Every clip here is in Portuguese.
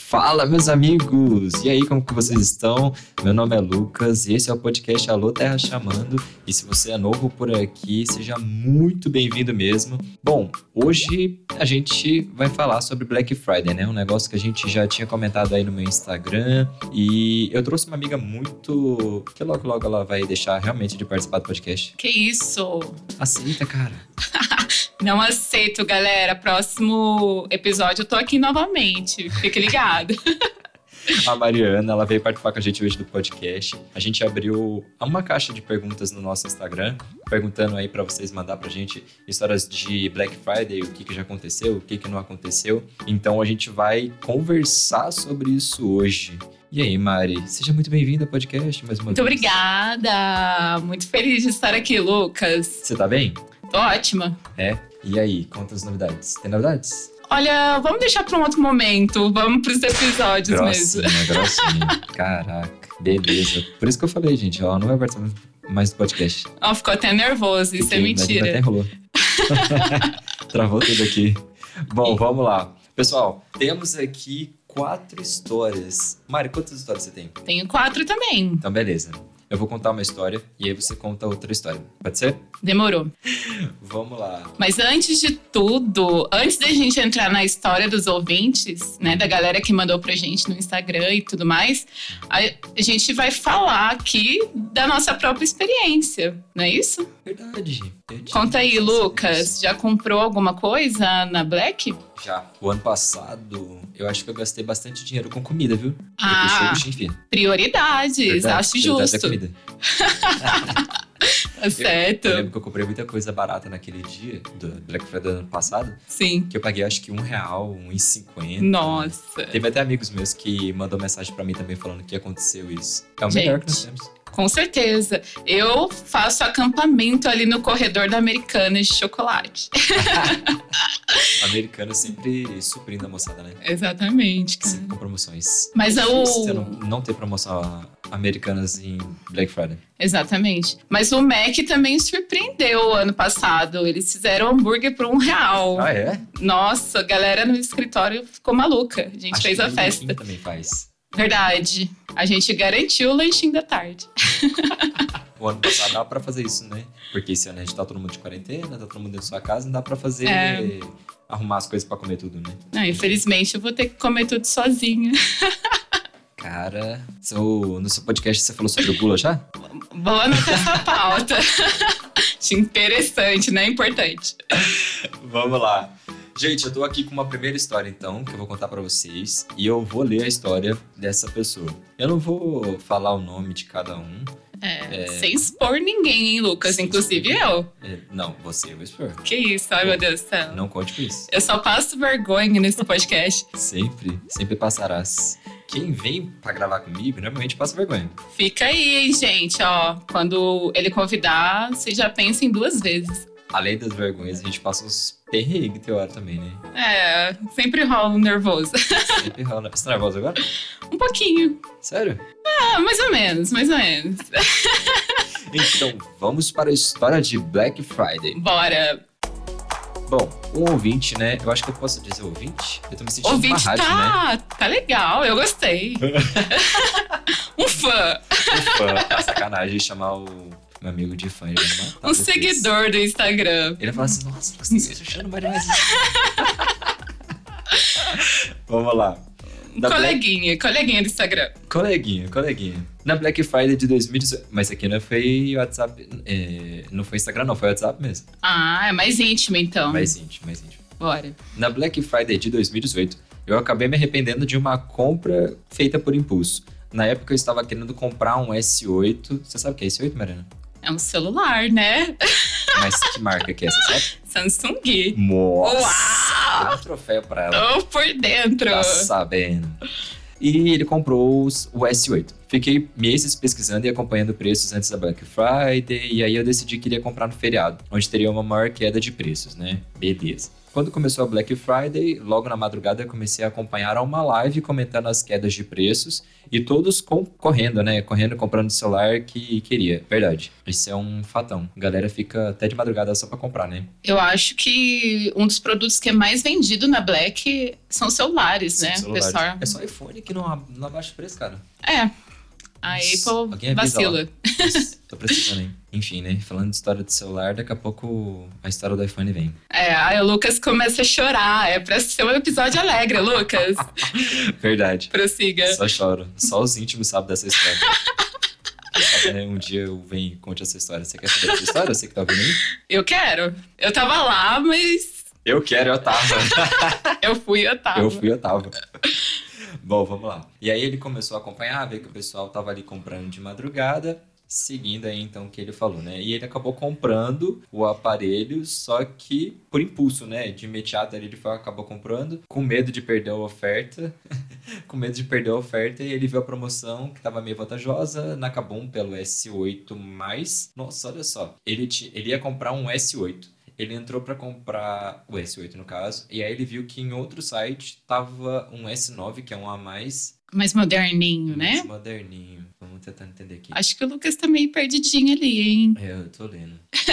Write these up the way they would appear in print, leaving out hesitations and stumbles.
Fala, meus amigos! E aí, como que vocês estão? Meu nome é Lucas e esse é o podcast Alô Terra Chamando. E se você é novo por aqui, seja muito bem-vindo mesmo. Bom, hoje a gente vai falar sobre Black Friday, né? Um negócio que a gente já tinha comentado aí no meu Instagram. E eu trouxe uma amiga muito... que logo ela vai deixar realmente de participar do podcast. Que isso? Aceita, cara. Não aceito, galera. Próximo episódio eu tô aqui novamente. Fique ligado. A Mariana, ela veio participar com a gente hoje do podcast. A gente abriu uma caixa de perguntas no nosso Instagram, perguntando aí pra vocês mandar pra gente histórias de Black Friday, o que já aconteceu, o que não aconteceu. Então a gente vai conversar sobre isso hoje. E aí, Mari, seja muito bem-vinda ao podcast mais uma Muito vez. obrigada. Muito feliz de estar aqui, Lucas. Você tá bem? Tô ótima. É? E aí, conta as novidades. Tem novidades? Olha, vamos deixar pra um outro momento. Vamos pros episódios mesmo. Grossinha. Caraca, beleza. Por isso que eu falei, gente, ela não vai participar mais do podcast. Ó, ficou até nervoso. Isso é mentira. Até enrolou. Travou tudo aqui. Bom, vamos lá. Pessoal, temos aqui 4 histórias. Mari, quantas histórias você tem? Tenho 4 também. Então, beleza. Eu vou contar uma história e aí você conta outra história. Pode ser? Demorou. Vamos lá. Mas antes de tudo, antes da gente entrar na história dos ouvintes, né, da galera que mandou pra gente no Instagram e tudo mais, a gente vai falar aqui da nossa própria experiência, não é isso? Verdade. Conta aí, Lucas, já comprou alguma coisa na Black? Já. O ano passado, eu acho que eu gastei bastante dinheiro com comida, viu? Ah, prioridades, Verdade, acho prioridade justo. da comida. Tá certo. Eu lembro que eu comprei muita coisa barata naquele dia, do Black Friday do ano passado, Sim. que eu paguei acho que R$1, R$1,50. Nossa. Teve até amigos meus que mandou mensagem pra mim também falando que aconteceu isso. É o Gente, melhor que nós temos. Com certeza. Eu faço acampamento ali no corredor da Americanas de chocolate. Americana sempre suprindo a moçada, né? Exatamente, cara. Sempre com promoções. Mas é o... difícil não ter promoção Americanas em Black Friday. Exatamente. Mas o Mac também surpreendeu ano passado. Eles fizeram hambúrguer por R$1. Ah, é? Nossa, a galera no escritório ficou maluca. A gente Acho fez que a o festa. Lanchinho também faz. Verdade. A gente garantiu o lanchinho da tarde. O ano passado dava pra fazer isso, né? Porque esse ano a gente tá todo mundo de quarentena, tá todo mundo dentro da sua casa, não dá pra fazer... arrumar as coisas pra comer tudo, né? Não, infelizmente eu vou ter que comer tudo sozinha. Cara, no seu podcast você falou sobre o gula já? Vou anotar essa pauta. Interessante, né? Importante. Vamos lá. Gente, eu tô aqui com uma primeira história, então, que eu vou contar pra vocês. E eu vou ler a história dessa pessoa. Eu não vou falar o nome de cada um. Sem expor ninguém, hein, Lucas? Inclusive eu. Não, você eu vou expor. Que isso? Ai, meu Deus do céu. Não conte com isso. Eu só passo vergonha nesse podcast. Sempre passarás. Quem vem pra gravar comigo, normalmente passa vergonha. Fica aí, hein, gente, ó. Quando ele convidar, você já pensa em 2 vezes. Além das vergonhas, a gente passa uns perrengues, tem hora também, né? Sempre rola um nervoso. Sempre rola. Você tá nervoso agora? Um pouquinho. Sério? Mais ou menos. Então, vamos para a história de Black Friday. Bora. Bom, um ouvinte, né? Eu acho que eu posso dizer ouvinte. Eu tô me sentindo Ouvinte numa rádio, né? Tá legal, eu gostei. Um fã. É sacanagem chamar o meu amigo de fã. Ele vai matar depois. Seguidor do Instagram. Ele vai falar assim, nossa, você está achando mais. Vamos lá. Coleguinha do Instagram. Coleguinha. Na Black Friday de 2018. Mas aqui não foi WhatsApp. Não foi Instagram, não, foi WhatsApp mesmo. Ah, é mais íntimo então. Mais íntimo. Bora. Na Black Friday de 2018, eu acabei me arrependendo de uma compra feita por impulso. Na época eu estava querendo comprar um S8. Você sabe o que é S8, Mariana? É um celular, né? Mas que marca que é, você sabe? Samsung. Nossa! Uau! Dá um troféu pra ela. Tô por dentro. Tá sabendo. E ele comprou o S8. Fiquei meses pesquisando e acompanhando preços antes da Black Friday. E aí eu decidi que iria comprar no feriado, onde teria uma maior queda de preços, né? Beleza. Quando começou a Black Friday, logo na madrugada eu comecei a acompanhar uma live comentando as quedas de preços e todos correndo, né? Correndo, comprando o celular que queria. Verdade. Isso é um fatão. A galera fica até de madrugada só pra comprar, né? Eu acho que um dos produtos que é mais vendido na Black são celulares, né? Celulares. Pessoal... É só iPhone que não abaixa o preço, cara. É. A Apple vacila. Tô precisando, hein? Enfim, né? Falando de história de celular, daqui a pouco a história do iPhone vem. Aí o Lucas começa a chorar. É pra ser um episódio alegre, Lucas. Verdade. Prossiga. Só choro. Só os íntimos sabem dessa história. Um dia eu venho e conte essa história. Você quer saber dessa história? Você que tá ouvindo aí? Eu quero. Eu tava lá, mas... Eu quero, eu tava. Eu fui, eu tava. Eu fui, eu tava. Bom, vamos lá. E aí ele começou a acompanhar, ver que o pessoal tava ali comprando de madrugada, seguindo aí então o que ele falou, né? E ele acabou comprando o aparelho, só que por impulso, né? De imediato ele acabou comprando, com medo de perder a oferta. Com medo de perder a oferta, e ele viu a promoção que tava meio vantajosa na Kabum pelo S8+. Nossa, olha só. Ele ia comprar um S8. Ele entrou para comprar o S8 no caso, e aí ele viu que em outro site tava um S9, que é um a mais moderninho, né? Mais moderninho. Vamos tentar entender aqui. Acho que o Lucas tá meio perdidinho ali, hein? Eu tô lendo.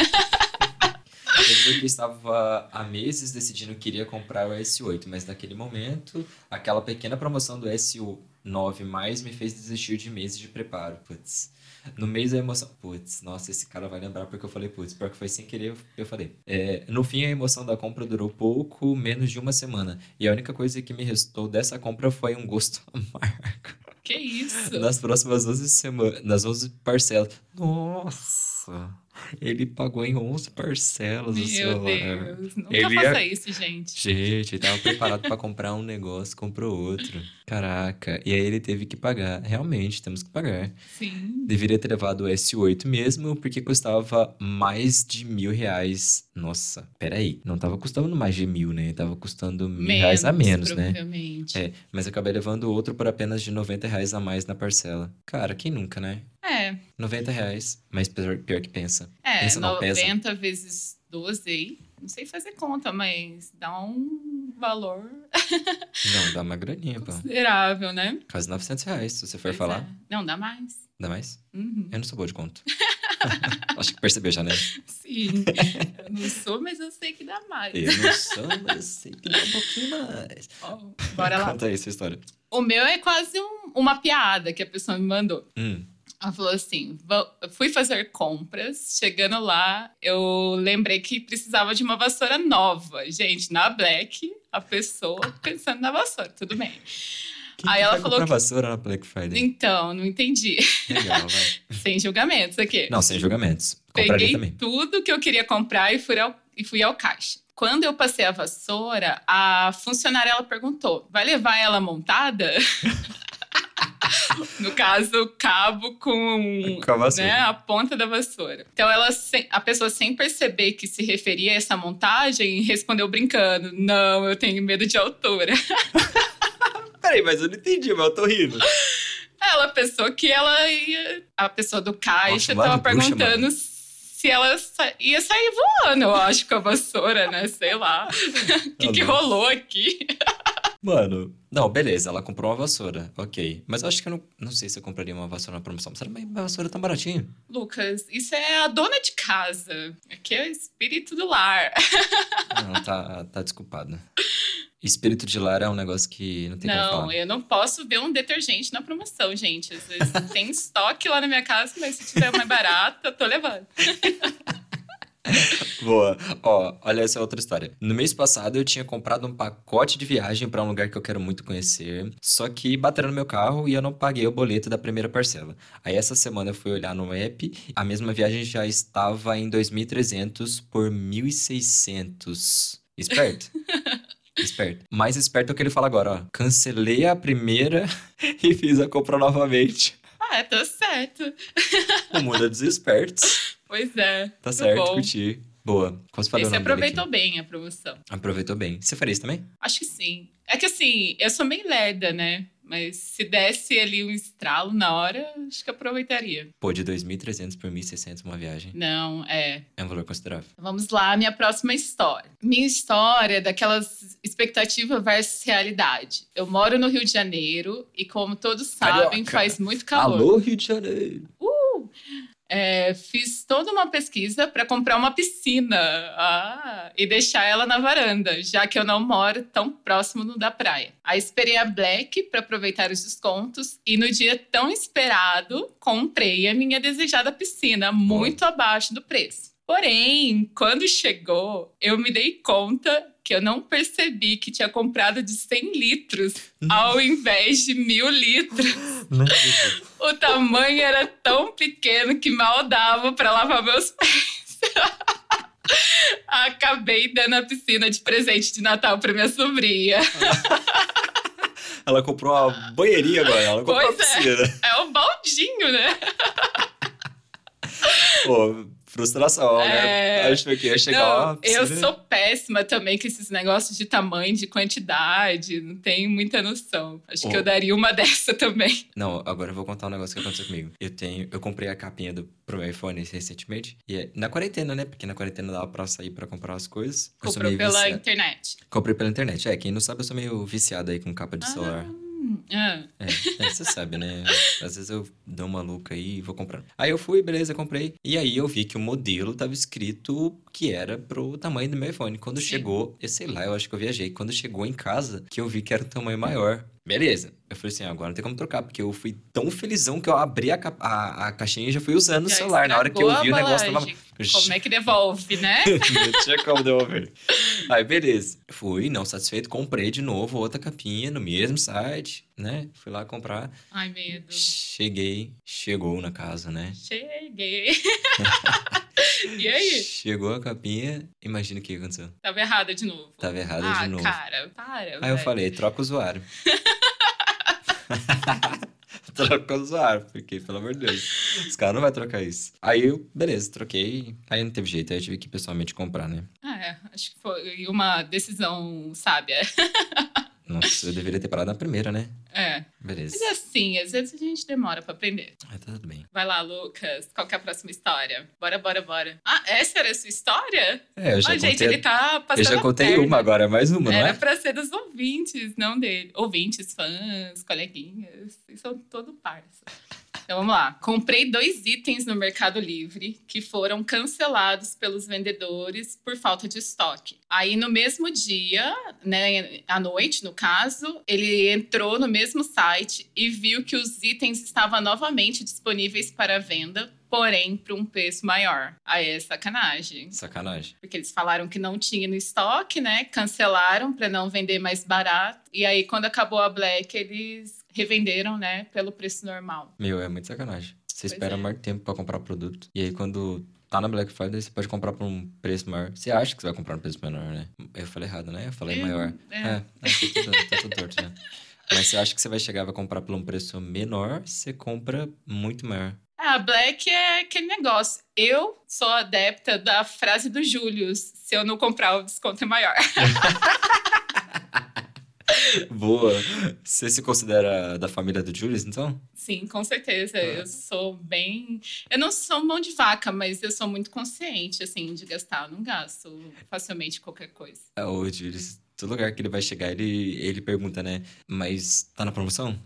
Ele viu que estava há meses decidindo que iria comprar o S8, mas naquele momento, aquela pequena promoção do S9+, me fez desistir de meses de preparo. Putz. No mês da emoção... Putz, nossa, esse cara vai lembrar porque eu falei putz. Pior que foi sem querer, eu falei. No fim, a emoção da compra durou pouco, menos de uma semana. E a única coisa que me restou dessa compra foi um gosto amargo. Que isso? Nas próximas 11 semanas, nas 11 parcelas. Nossa... Ele pagou em 11 parcelas o celular. Meu Deus, nunca faça isso, gente. Gente, ele tava preparado pra comprar um negócio, comprou outro. Caraca, e aí ele teve que pagar. Realmente, temos que pagar. Sim. Deveria ter levado o S8 mesmo, porque custava mais de R$1.000. Nossa, peraí. Não tava custando mais de 1.000, né? Tava custando R$1.000 a menos, né? Mas acabei levando outro por apenas de R$90 a mais na parcela. Cara, quem nunca, né? R$90, mas pior que pensa. Pensa 90 vezes 12 aí. Não sei fazer conta, mas dá um valor... Não, dá uma graninha, pô. Considerável, né? Quase R$900, se você for falar. Não, dá mais. Dá mais? Uhum. Eu não sou boa de conta. Acho que percebeu já, né? Sim. Eu não sou, mas eu sei que dá mais. Eu não sou, mas eu sei que dá um pouquinho mais. Bora lá. Conta aí essa história. O meu é quase uma piada que a pessoa me mandou. Ela falou assim, fui fazer compras, chegando lá, eu lembrei que precisava de uma vassoura nova. Gente, na Black, a pessoa pensando na vassoura, tudo bem. Aí ela falou que... vassoura na Black Friday? Então, não entendi. Legal, vai. Sem julgamentos aqui. Não, sem julgamentos. Compraria Peguei também tudo que eu queria comprar e fui ao caixa. Quando eu passei a vassoura, a funcionária ela perguntou, vai levar ela montada? No caso, o cabo com a, né, a ponta da vassoura. Então, a pessoa, sem perceber que se referia a essa montagem, respondeu brincando, não, eu tenho medo de altura. Peraí, mas eu não entendi, mas eu tô rindo. Ela pensou que ela ia... A pessoa do caixa tava perguntando se ela ia sair voando, eu acho, com a vassoura, né? Sei lá. O que rolou aqui? Mano, não, beleza, ela comprou uma vassoura, ok. Mas eu acho que eu não sei se eu compraria uma vassoura na promoção. Mas uma vassoura tão baratinha. Lucas, isso é a dona de casa. Aqui é o espírito do lar. Não, tá desculpado. Espírito de lar é um negócio que não tem como falar. Não, eu não posso ver um detergente na promoção, gente. Às vezes tem estoque lá na minha casa, mas se tiver mais barato, eu tô levando. Boa. Ó, olha essa outra história. No mês passado, eu tinha comprado um pacote de viagem pra um lugar que eu quero muito conhecer. Só que bateram no meu carro e eu não paguei o boleto da primeira parcela. Aí essa semana eu fui olhar no app, a mesma viagem já estava em 2.300 por 1.600. Esperto. Esperto. Mais esperto é o que ele fala agora, ó. Cancelei a primeira e fiz a compra novamente. Tá certo. O mundo é dos espertos. Pois é. Tá certo, curti. Boa. Qual você Você aproveitou bem a promoção. Aproveitou bem. Você faria isso também? Acho que sim. É que assim, eu sou meio lerda, né? Mas se desse ali um estralo na hora, acho que aproveitaria. Pô, de 2.300 por 1.600 uma viagem. Não, é. É um valor considerável. Vamos lá, minha próxima história. Minha história é daquelas expectativa versus realidade. Eu moro no Rio de Janeiro e, como todos sabem, Carioca. faz muito calor. Alô, Rio de Janeiro! Fiz toda uma pesquisa para comprar uma piscina e deixar ela na varanda, já que eu não moro tão próximo da praia. Aí esperei a Black para aproveitar os descontos e no dia tão esperado, comprei a minha desejada piscina, muito abaixo do preço. Porém, quando chegou, eu me dei conta que eu não percebi que tinha comprado de 100 litros ao invés de 1.000 litros. Não. O tamanho era tão pequeno que mal dava para lavar meus pés. Acabei dando a piscina de presente de Natal para minha sobrinha. Ela comprou uma banheirinha agora, ela comprou uma piscina. É um baldinho, né? Pô, frustração, né? Acho que ia chegar lá. Eu sou péssima também com esses negócios de tamanho, de quantidade. Não tenho muita noção. Acho que eu daria uma dessa também. Não, agora eu vou contar um negócio que aconteceu comigo. Eu comprei a capinha pro meu iPhone recentemente. E na quarentena, né? Porque na quarentena dava pra sair pra comprar as coisas. Comprou pela internet. Comprei pela internet. Quem não sabe, eu sou meio viciado aí com capa de celular. Você sabe, né? Às vezes eu dou uma louca aí e vou comprando. Aí eu fui, beleza, comprei. E aí eu vi que o modelo tava escrito que era pro tamanho do meu iPhone. Quando chegou, eu sei lá, eu acho que eu viajei. Quando chegou em casa, que eu vi que era o tamanho maior. Beleza. Eu falei assim, agora não tem como trocar, porque eu fui tão felizão que eu abri a caixinha e já fui usando o celular. Na hora que eu vi o negócio tava... Como é que devolve, né? Não tinha como devolver. Aí, beleza. Fui, não satisfeito, comprei de novo outra capinha no mesmo site, né? Fui lá comprar. Ai, medo. Chegou na casa, né? Cheguei. E aí? Chegou a capinha, imagina o que aconteceu. Tava errada de novo. Tava errada de novo. Cara, para. Aí eu falei, troca o usuário. Troca o usuário, porque, pelo amor de Deus, os caras não vão trocar isso. Aí eu, beleza, troquei. Aí não teve jeito, aí eu tive que pessoalmente comprar, né? Acho que foi uma decisão sábia. Nossa, eu deveria ter parado na primeira, né? Beleza. Mas assim, às vezes a gente demora pra aprender. Tá tudo bem. Vai lá, Lucas. Qual que é a próxima história? Bora. Essa era a sua história? Eu já contei. Gente, ele tá passando. Eu já contei uma, agora mais uma, não é? Era pra ser dos ouvintes, não dele. Ouvintes, fãs, coleguinhas. Vocês são todo parça. Então vamos lá. Comprei 2 itens no Mercado Livre que foram cancelados pelos vendedores por falta de estoque. Aí no mesmo dia, né, à noite no caso, ele entrou no mesmo site e viu que os itens estavam novamente disponíveis para venda, porém por um preço maior. Aí é sacanagem. Sacanagem. Porque eles falaram que não tinha no estoque, né? Cancelaram para não vender mais barato. E aí quando acabou a Black, eles revenderam, né, pelo preço normal. Meu, é muito sacanagem. Você espera mais tempo pra comprar o produto. E aí, quando tá na Black Friday, você pode comprar por um preço maior. Você acha que você vai comprar um preço menor, né? Eu falei errado, né? Eu falei maior. Tá tudo torto, né? Mas você acha que você vai chegar e vai comprar por um preço menor, você compra muito maior. A Black é aquele negócio. Eu sou adepta da frase do Július. Se eu não comprar, o desconto é maior. Boa. Você se considera da família do Julius, então? Sim, com certeza. Eu sou bem... Eu não sou mão de vaca, mas eu sou muito consciente, assim, de gastar. Eu não gasto facilmente qualquer coisa. O Julius, todo lugar que ele vai chegar, ele pergunta, né? Mas tá na promoção?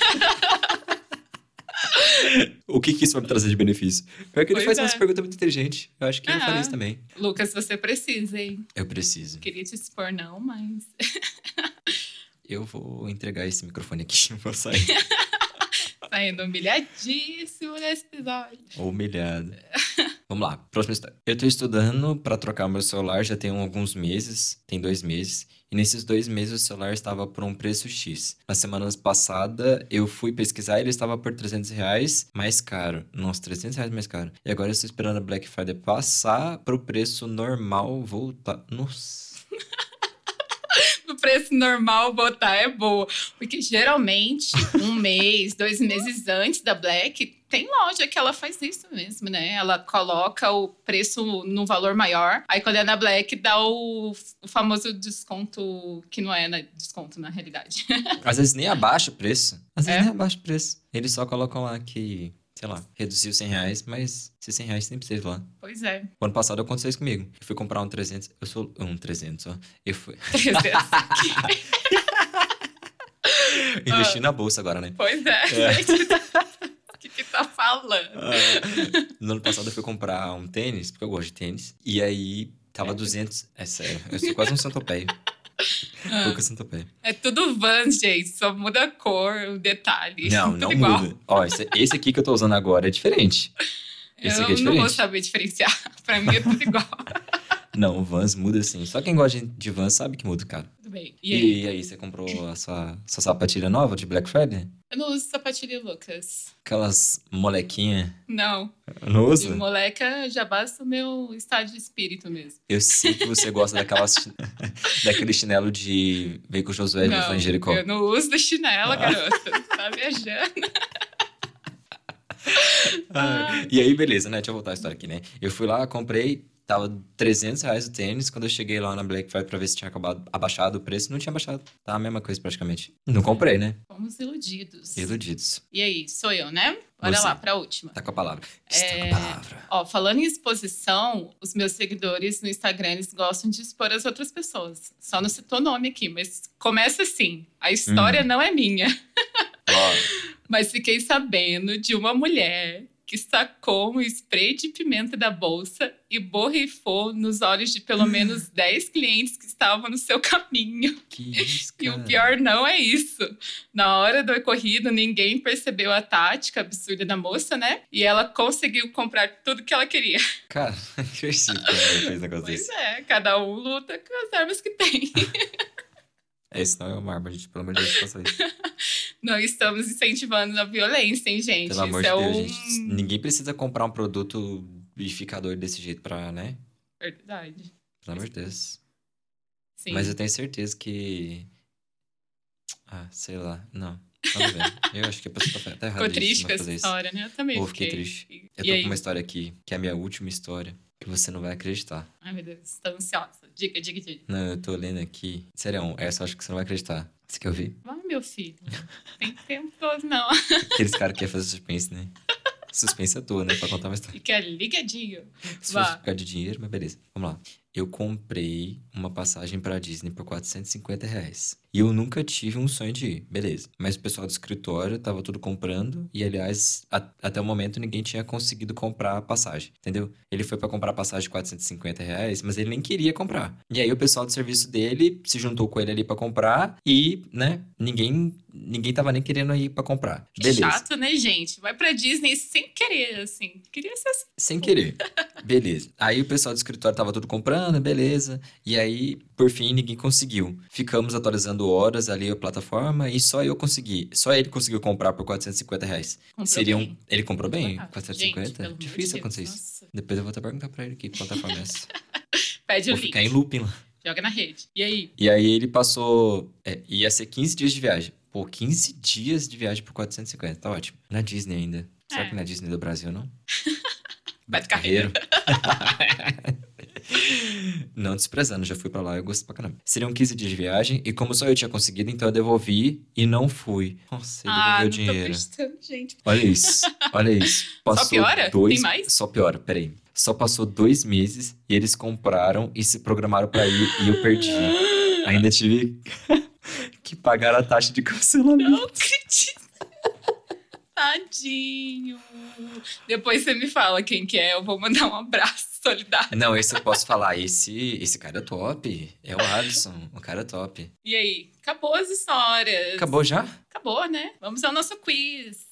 O que isso vai me trazer de benefício? Pior que ele faz umas perguntas muito inteligentes. Eu acho que ele faria isso também. Lucas, você precisa, hein? Eu preciso. Queria te expor, não, mas... Eu vou entregar esse microfone aqui, vou sair. Saindo humilhadíssimo nesse episódio. Humilhado. Vamos lá, próxima história. Eu tô estudando pra trocar meu celular já tem alguns meses, tem 2 meses. E nesses 2 meses o celular estava por um preço X. Na semana passada eu fui pesquisar e ele estava por R$300 mais caro. Nossa, R$300 mais caro. E agora eu estou esperando a Black Friday passar pro preço normal voltar. Nossa. no preço normal botar é boa. Porque geralmente, 1 mês, 2 meses antes da Black, tem loja que ela faz isso mesmo, né? Ela coloca o preço num valor maior. Aí quando é na Black, dá o famoso desconto, que não é desconto na realidade. Às vezes nem abaixa o preço. Nem abaixa o preço. Eles só colocam lá que, sei lá, reduziu R$100, mas esses R$100 sempre esteve lá. Pois é. O ano passado aconteceu isso comigo. Eu fui comprar um 300. Eu sou um 300, ó. Eu fui. 300. Investi na bolsa agora, né? Pois é. Gente, o que tá falando? No ano passado eu fui comprar um tênis, porque eu gosto de tênis. E aí tava 200. É sério, eu sou quase um centopeia. Pouco centopeia. É tudo Vans, gente. Só muda a cor, o detalhe. Não, tudo não igual. muda. Ó, esse aqui que eu tô usando agora é diferente. Esse aqui é Eu não vou diferente. saber diferenciar. Pra mim é tudo igual. Não, o Vans muda sim. Só quem gosta de Vans sabe que muda, cara. Tudo bem. E aí? E aí, você comprou a sua sapatilha nova de Black Friday? Eu não uso sapatilha Lucas. Aquelas molequinhas. Não. Não De usa? moleca já basta o meu estado de espírito mesmo. Eu sei que você gosta daquele chinelo de veio com o Josué de Não, Jericó. eu não uso do chinelo, garoto. Tá viajando. E aí, beleza, né? Deixa eu voltar a história aqui, né? Eu fui lá, comprei, tava R$300 o tênis. Quando eu cheguei lá na Black Friday pra ver se tinha abaixado o preço, não tinha abaixado. Tá a mesma coisa praticamente. Não comprei, né? Fomos iludidos. Iludidos. E aí, sou eu, né? Bora Você. lá, pra última. Tá com a palavra. Está com a palavra. Ó, falando em exposição, os meus seguidores no Instagram, eles gostam de expor as outras pessoas. Só não citou nome aqui, mas começa assim. A história não é minha. Ó, Mas fiquei sabendo de uma mulher que sacou um spray de pimenta da bolsa e borrifou nos olhos de pelo menos 10 clientes que estavam no seu caminho. que isso, E cara. o pior não é isso. Na hora do ocorrido, ninguém percebeu a tática absurda da moça, né? E ela conseguiu comprar tudo que ela queria. Cara, acredito que ela fez um negócio Pois desse. é, cada um luta com as armas que tem. Esse não é uma arma, gente. Pelo amor de Deus, faça isso. Não estamos incentivando a violência, hein, gente? Pelo amor Isso de é Deus, gente. Ninguém precisa comprar um produto vivificador desse jeito pra, né? Verdade. Pelo amor de Deus. Sim. Mas eu tenho certeza que... sei lá. Não. Vamos ver. Eu acho que a pessoa tá errada. Ficou triste com essa fazer isso. história, né? Eu também Ou fiquei fiquei. triste. Eu E tô aí? com uma história aqui, que é a minha última história, que você não vai acreditar. Ai, meu Deus, tô ansiosa. Diga. Não, eu tô lendo aqui. Sério, essa eu acho que você não vai acreditar. Você quer ouvir? Vai, meu filho. Tem tempo todo, não. Aqueles caras que querem fazer suspense, né? Suspense à toa, né? Pra contar uma história. Fica ligadinho. Se Vá. fosse por causa de dinheiro, mas beleza. Vamos lá. Eu comprei uma passagem pra Disney por R$450. E eu nunca tive um sonho de ir. Beleza. Mas o pessoal do escritório tava tudo comprando. E, aliás, até o momento ninguém tinha conseguido comprar a passagem. Entendeu? Ele foi pra comprar a passagem de R$450, mas ele nem queria comprar. E aí o pessoal do serviço dele se juntou com ele ali pra comprar. E, né, ninguém tava nem querendo ir pra comprar. Que Beleza. chato, né, gente? Vai pra Disney sem querer, assim. Queria ser assim. Sem querer. Beleza. Aí o pessoal do escritório tava tudo comprando, beleza. E aí, por fim, ninguém conseguiu. Ficamos atualizando horas ali a plataforma e só eu consegui. Só ele conseguiu comprar por R$450. Comprou bem. Ele comprou bem? Ah, 450? gente, pelo amor de Difícil Deus, acontecer isso. nossa. Depois eu vou até perguntar pra ele que plataforma é essa. Pede o Vou link. ficar em looping lá. Joga na rede. E aí? E aí ele passou... ia ser 15 dias de viagem. Pô, 15 dias de viagem por 450. Tá ótimo. Na Disney ainda. Será que na Disney do Brasil, não? Beto Carreiro. Não desprezando, já fui pra lá, eu gosto pra caramba. Seriam 15 dias de viagem, e como só eu tinha conseguido, então eu devolvi e não fui. Nossa, ele devolveu o não dinheiro. tô acreditando, gente. Olha isso, olha isso. Passou piora? Tem mais? Só piora, peraí. Só passou 2 meses e eles compraram e se programaram pra ir e eu perdi. Ainda tive que pagar a taxa de cancelamento. Não acredito. Tadinho. Depois você me fala quem que é, eu vou mandar um abraço solidário. Não, esse eu posso falar. Esse cara é top. É o Alisson, o cara é top. E aí? Acabou as histórias. Acabou já? Acabou, né? Vamos ao nosso quiz.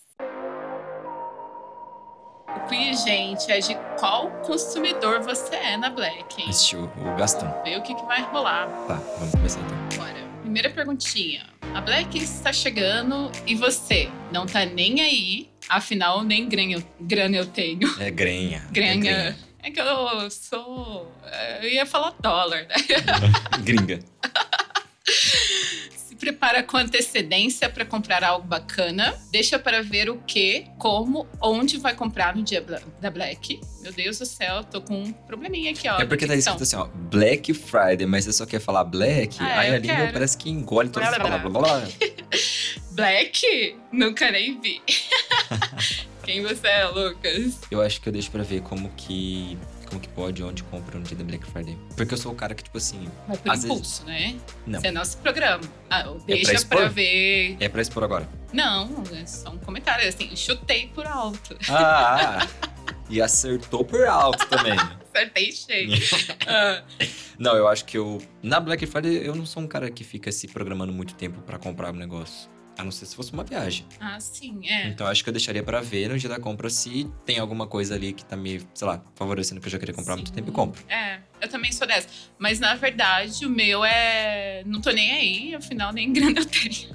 O quiz, gente, é de qual consumidor você é na Black, hein? Assistiu o Gastão. Vamos ver o que vai rolar. Tá, vamos começar então. Bora. Primeira perguntinha. A Black está chegando e você não tá nem aí, afinal nem grana eu tenho. É grenha. Granha. É que eu sou... Eu ia falar dólar, né? Gringa. Se prepara com antecedência para comprar algo bacana. Deixa para ver o que, como, onde vai comprar no dia da Black. Meu Deus do céu, tô com um probleminha aqui, ó. É porque tá escrito assim, ó, Black Friday, mas você só quer falar Black, aí a língua parece que engole todas as palavras. Black? Nunca nem vi. Quem você é, Lucas? Eu acho que eu deixo pra ver como que pode, onde compra no dia da Black Friday. Porque eu sou o cara que, tipo assim... Mas por impulso, né? Não. Esse é nosso programa. Deixa pra ver... É pra expor agora? Não, é só um comentário, assim, chutei por alto. E acertou por alto também. Acertei cheio. Não, eu acho que na Black Friday, eu não sou um cara que fica se programando muito tempo pra comprar um negócio. A não ser se fosse uma viagem. Sim, é. Então, acho que eu deixaria pra ver no dia da compra se tem alguma coisa ali que tá me, sei lá, favorecendo que eu já queria comprar há muito tempo e compro. Eu também sou dessa. Mas, na verdade, o meu é... Não tô nem aí, afinal, nem grana eu tenho.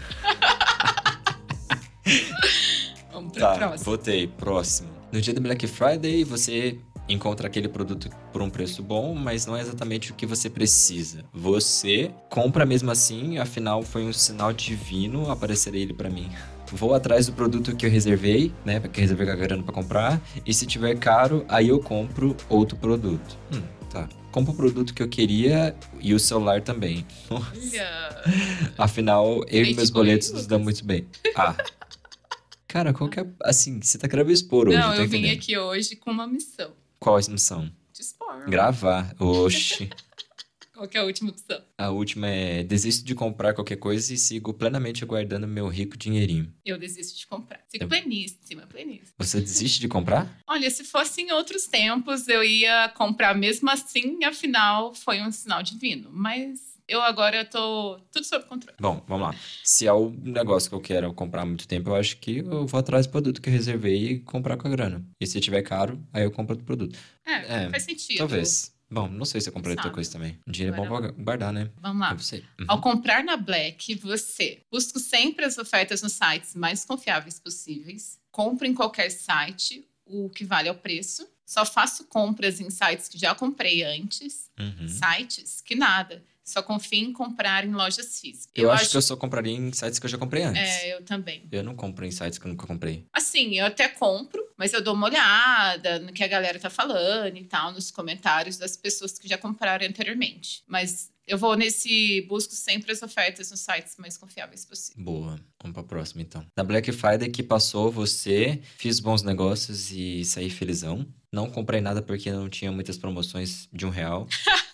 Vamos pro próximo. Votei. Próximo. No dia da Black Friday, você encontra aquele produto por um preço bom, mas não é exatamente o que você precisa. Você compra mesmo assim, afinal foi um sinal divino aparecer ele pra mim. Vou atrás do produto que eu reservei, né, porque eu reservei a grana pra comprar, e se tiver caro, aí eu compro outro produto. Tá. Compro o produto que eu queria e o celular também. Olha! Afinal, eu e meus boletos nos dão muito bem. Cara, qual que é... Assim, você tá querendo expor hoje, Não, tá eu entendendo? vim aqui hoje com uma missão. Qual a missão? De expor. Gravar. Oxi. Qual que é a última opção? A última é: desisto de comprar qualquer coisa e sigo plenamente aguardando meu rico dinheirinho. Eu desisto de comprar. Fico pleníssima. Você desiste de comprar? Olha, se fosse em outros tempos, eu ia comprar mesmo assim, afinal, foi um sinal divino. Mas eu agora tô tudo sob controle. Bom, vamos lá. Se é o negócio que eu quero comprar há muito tempo, eu acho que eu vou atrás do produto que eu reservei e comprar com a grana. E se tiver caro, aí eu compro outro produto. Faz sentido. Talvez. Bom, não sei se eu comprei outra coisa também. Dinheiro é bom pra guardar, né? Vamos lá. Ao comprar na Black, você busca sempre as ofertas nos sites mais confiáveis possíveis. Compre em qualquer site o que vale ao preço. Só faço compras em sites que já comprei antes. Sites que nada. Só confio em comprar em lojas físicas. Eu acho que eu só compraria em sites que eu já comprei antes. Eu também. Eu não compro em sites que eu nunca comprei. Assim, eu até compro, mas eu dou uma olhada no que a galera tá falando e tal, nos comentários das pessoas que já compraram anteriormente. Mas eu busco sempre as ofertas nos sites mais confiáveis possível. Boa. Vamos pra próxima, então. Na Black Friday que passou, fiz bons negócios e saí felizão. Não comprei nada porque não tinha muitas promoções de R$1.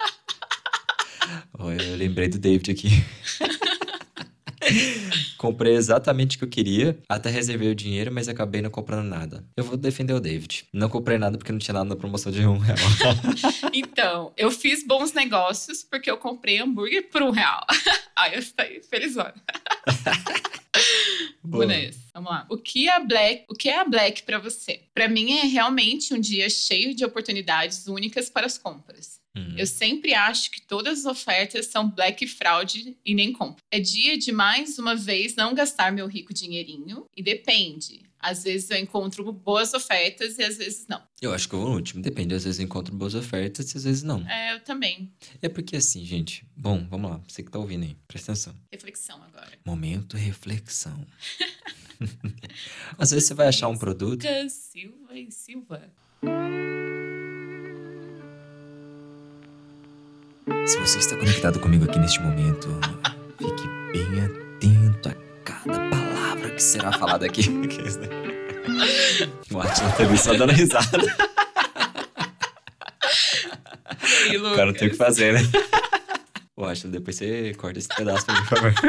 Eu lembrei do David aqui. Comprei exatamente o que eu queria, até reservei o dinheiro, mas acabei não comprando nada. Eu vou defender o David. Não comprei nada porque não tinha nada na promoção de R$1. Então, eu fiz bons negócios porque eu comprei hambúrguer por R$1. Aí eu saí felizona. Bonito. Vamos lá. O que é a Black pra você? Pra mim é realmente um dia cheio de oportunidades únicas para as compras. Eu sempre acho que todas as ofertas são Black Fraud e nem compro. É dia de mais uma vez não gastar meu rico dinheirinho e depende. Às vezes eu encontro boas ofertas e às vezes não. Eu acho que eu vou no último. Depende. Às vezes eu encontro boas ofertas e às vezes não. Eu também. É porque assim, gente... Bom, vamos lá. Você que tá ouvindo aí. Presta atenção. Reflexão agora. Momento reflexão. Às vezes você vai achar um produto... Silva e Silva. Se você está conectado comigo aqui neste momento, fique bem atento a cada palavra que será falada aqui. O Atila também só dando risada. E aí, Lucas? O cara não tem o que fazer, né? Ô, Atila, depois você corta esse pedaço pra mim, por favor.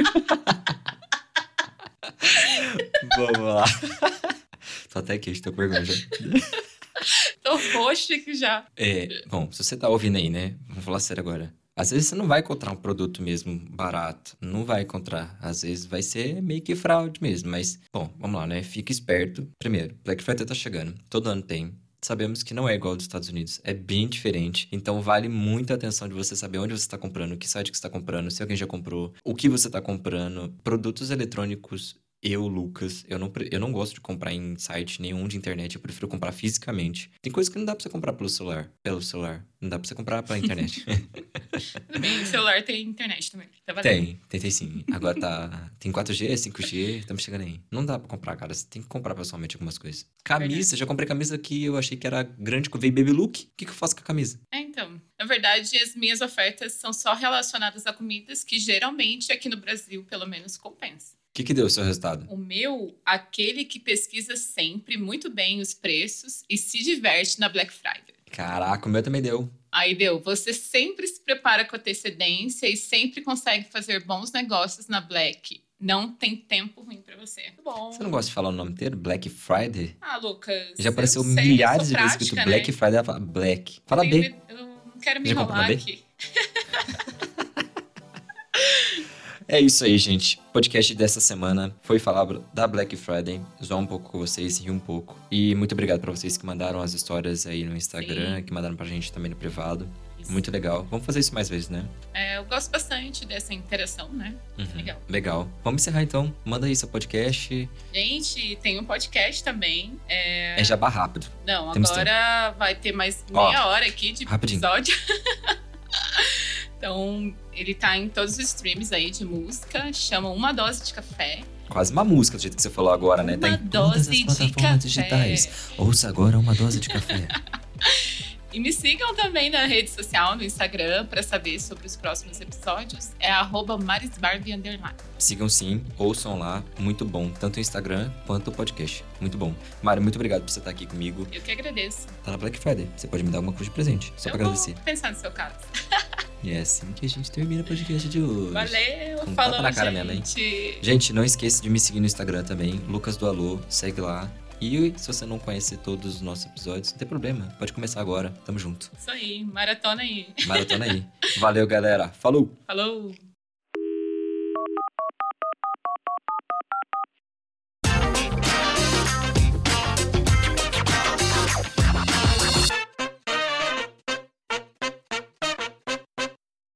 Vamos lá. Tô até aqui, estou com vergonha já. Tô roxa aqui já. Bom, se você tá ouvindo aí, né? Vamos falar sério agora. Às vezes você não vai encontrar um produto mesmo barato. Não vai encontrar. Às vezes vai ser meio que fraude mesmo. Mas, bom, vamos lá, né? Fica esperto. Primeiro, Black Friday tá chegando. Todo ano tem. Sabemos que não é igual aos dos Estados Unidos. É bem diferente. Então, vale muita atenção de você saber onde você está comprando, que site que você está comprando, se alguém já comprou, o que você está comprando. Produtos eletrônicos Lucas, eu não gosto de comprar em site nenhum de internet, eu prefiro comprar fisicamente. Tem coisa que não dá pra você comprar pelo celular. Não dá pra você comprar pela internet. Tudo bem, o celular tem internet também. Tá valendo. Tem sim. Agora tem 4G, 5G, estamos chegando aí. Não dá pra comprar, cara. Você tem que comprar pessoalmente algumas coisas. Camisa, já comprei camisa que eu achei que era grande, que eu veio baby look. O que eu faço com a camisa? Então, na verdade, as minhas ofertas são só relacionadas a comidas que geralmente aqui no Brasil, pelo menos, compensa. O que deu o seu resultado? O meu, aquele que pesquisa sempre muito bem os preços e se diverte na Black Friday. Caraca, o meu também deu. Aí deu, você sempre se prepara com antecedência e sempre consegue fazer bons negócios na Black. Não tem tempo ruim pra você. Muito bom. Você não gosta de falar o nome inteiro? Black Friday? Ah, Lucas. Já apareceu eu sei, milhares de eu sou vezes prática, escrito Black né? Friday, ela fala Black. Fala Eu B. Eu não quero me Já comprou na enrolar B? aqui. É isso aí, gente. O podcast dessa semana foi falar da Black Friday, zoar um pouco com vocês, rir um pouco. E muito obrigado pra vocês que mandaram as histórias aí no Instagram, Sim. que mandaram pra gente também no privado. Isso. Muito legal. Vamos fazer isso mais vezes, né? Eu gosto bastante dessa interação, né? Legal. Legal. Vamos encerrar então. Manda aí seu podcast. Gente, tem um podcast também. É jabá rápido. Não, Temos agora vai ter mais meia hora aqui de rapidinho. episódio. Então, ele tá em todos os streams aí de música. Chama Uma Dose de Café. Quase uma música, do jeito que você falou agora, né? Tá Uma em todas dose as de plataformas café. digitais. Ouça agora uma dose de café. E me sigam também na rede social, no Instagram, para saber sobre os próximos episódios. É @marisbarbie_. Sigam sim, ouçam lá. Muito bom. Tanto o Instagram quanto o podcast. Muito bom. Mário, muito obrigado por você estar aqui comigo. Eu que agradeço. Tá na Black Friday. Você pode me dar alguma coisa de presente. Só pra Eu agradecer. vou pensar no seu caso. E é assim que a gente termina o podcast de hoje. Valeu, Com falou, tapa na cara gente. mesmo, hein? Gente, não esqueça de me seguir no Instagram também. Lucas do Alô. Segue lá. E se você não conhece todos os nossos episódios, não tem problema. Pode começar agora. Tamo junto. Isso aí, maratona aí. Maratona aí. Valeu, galera. Falou! Falou!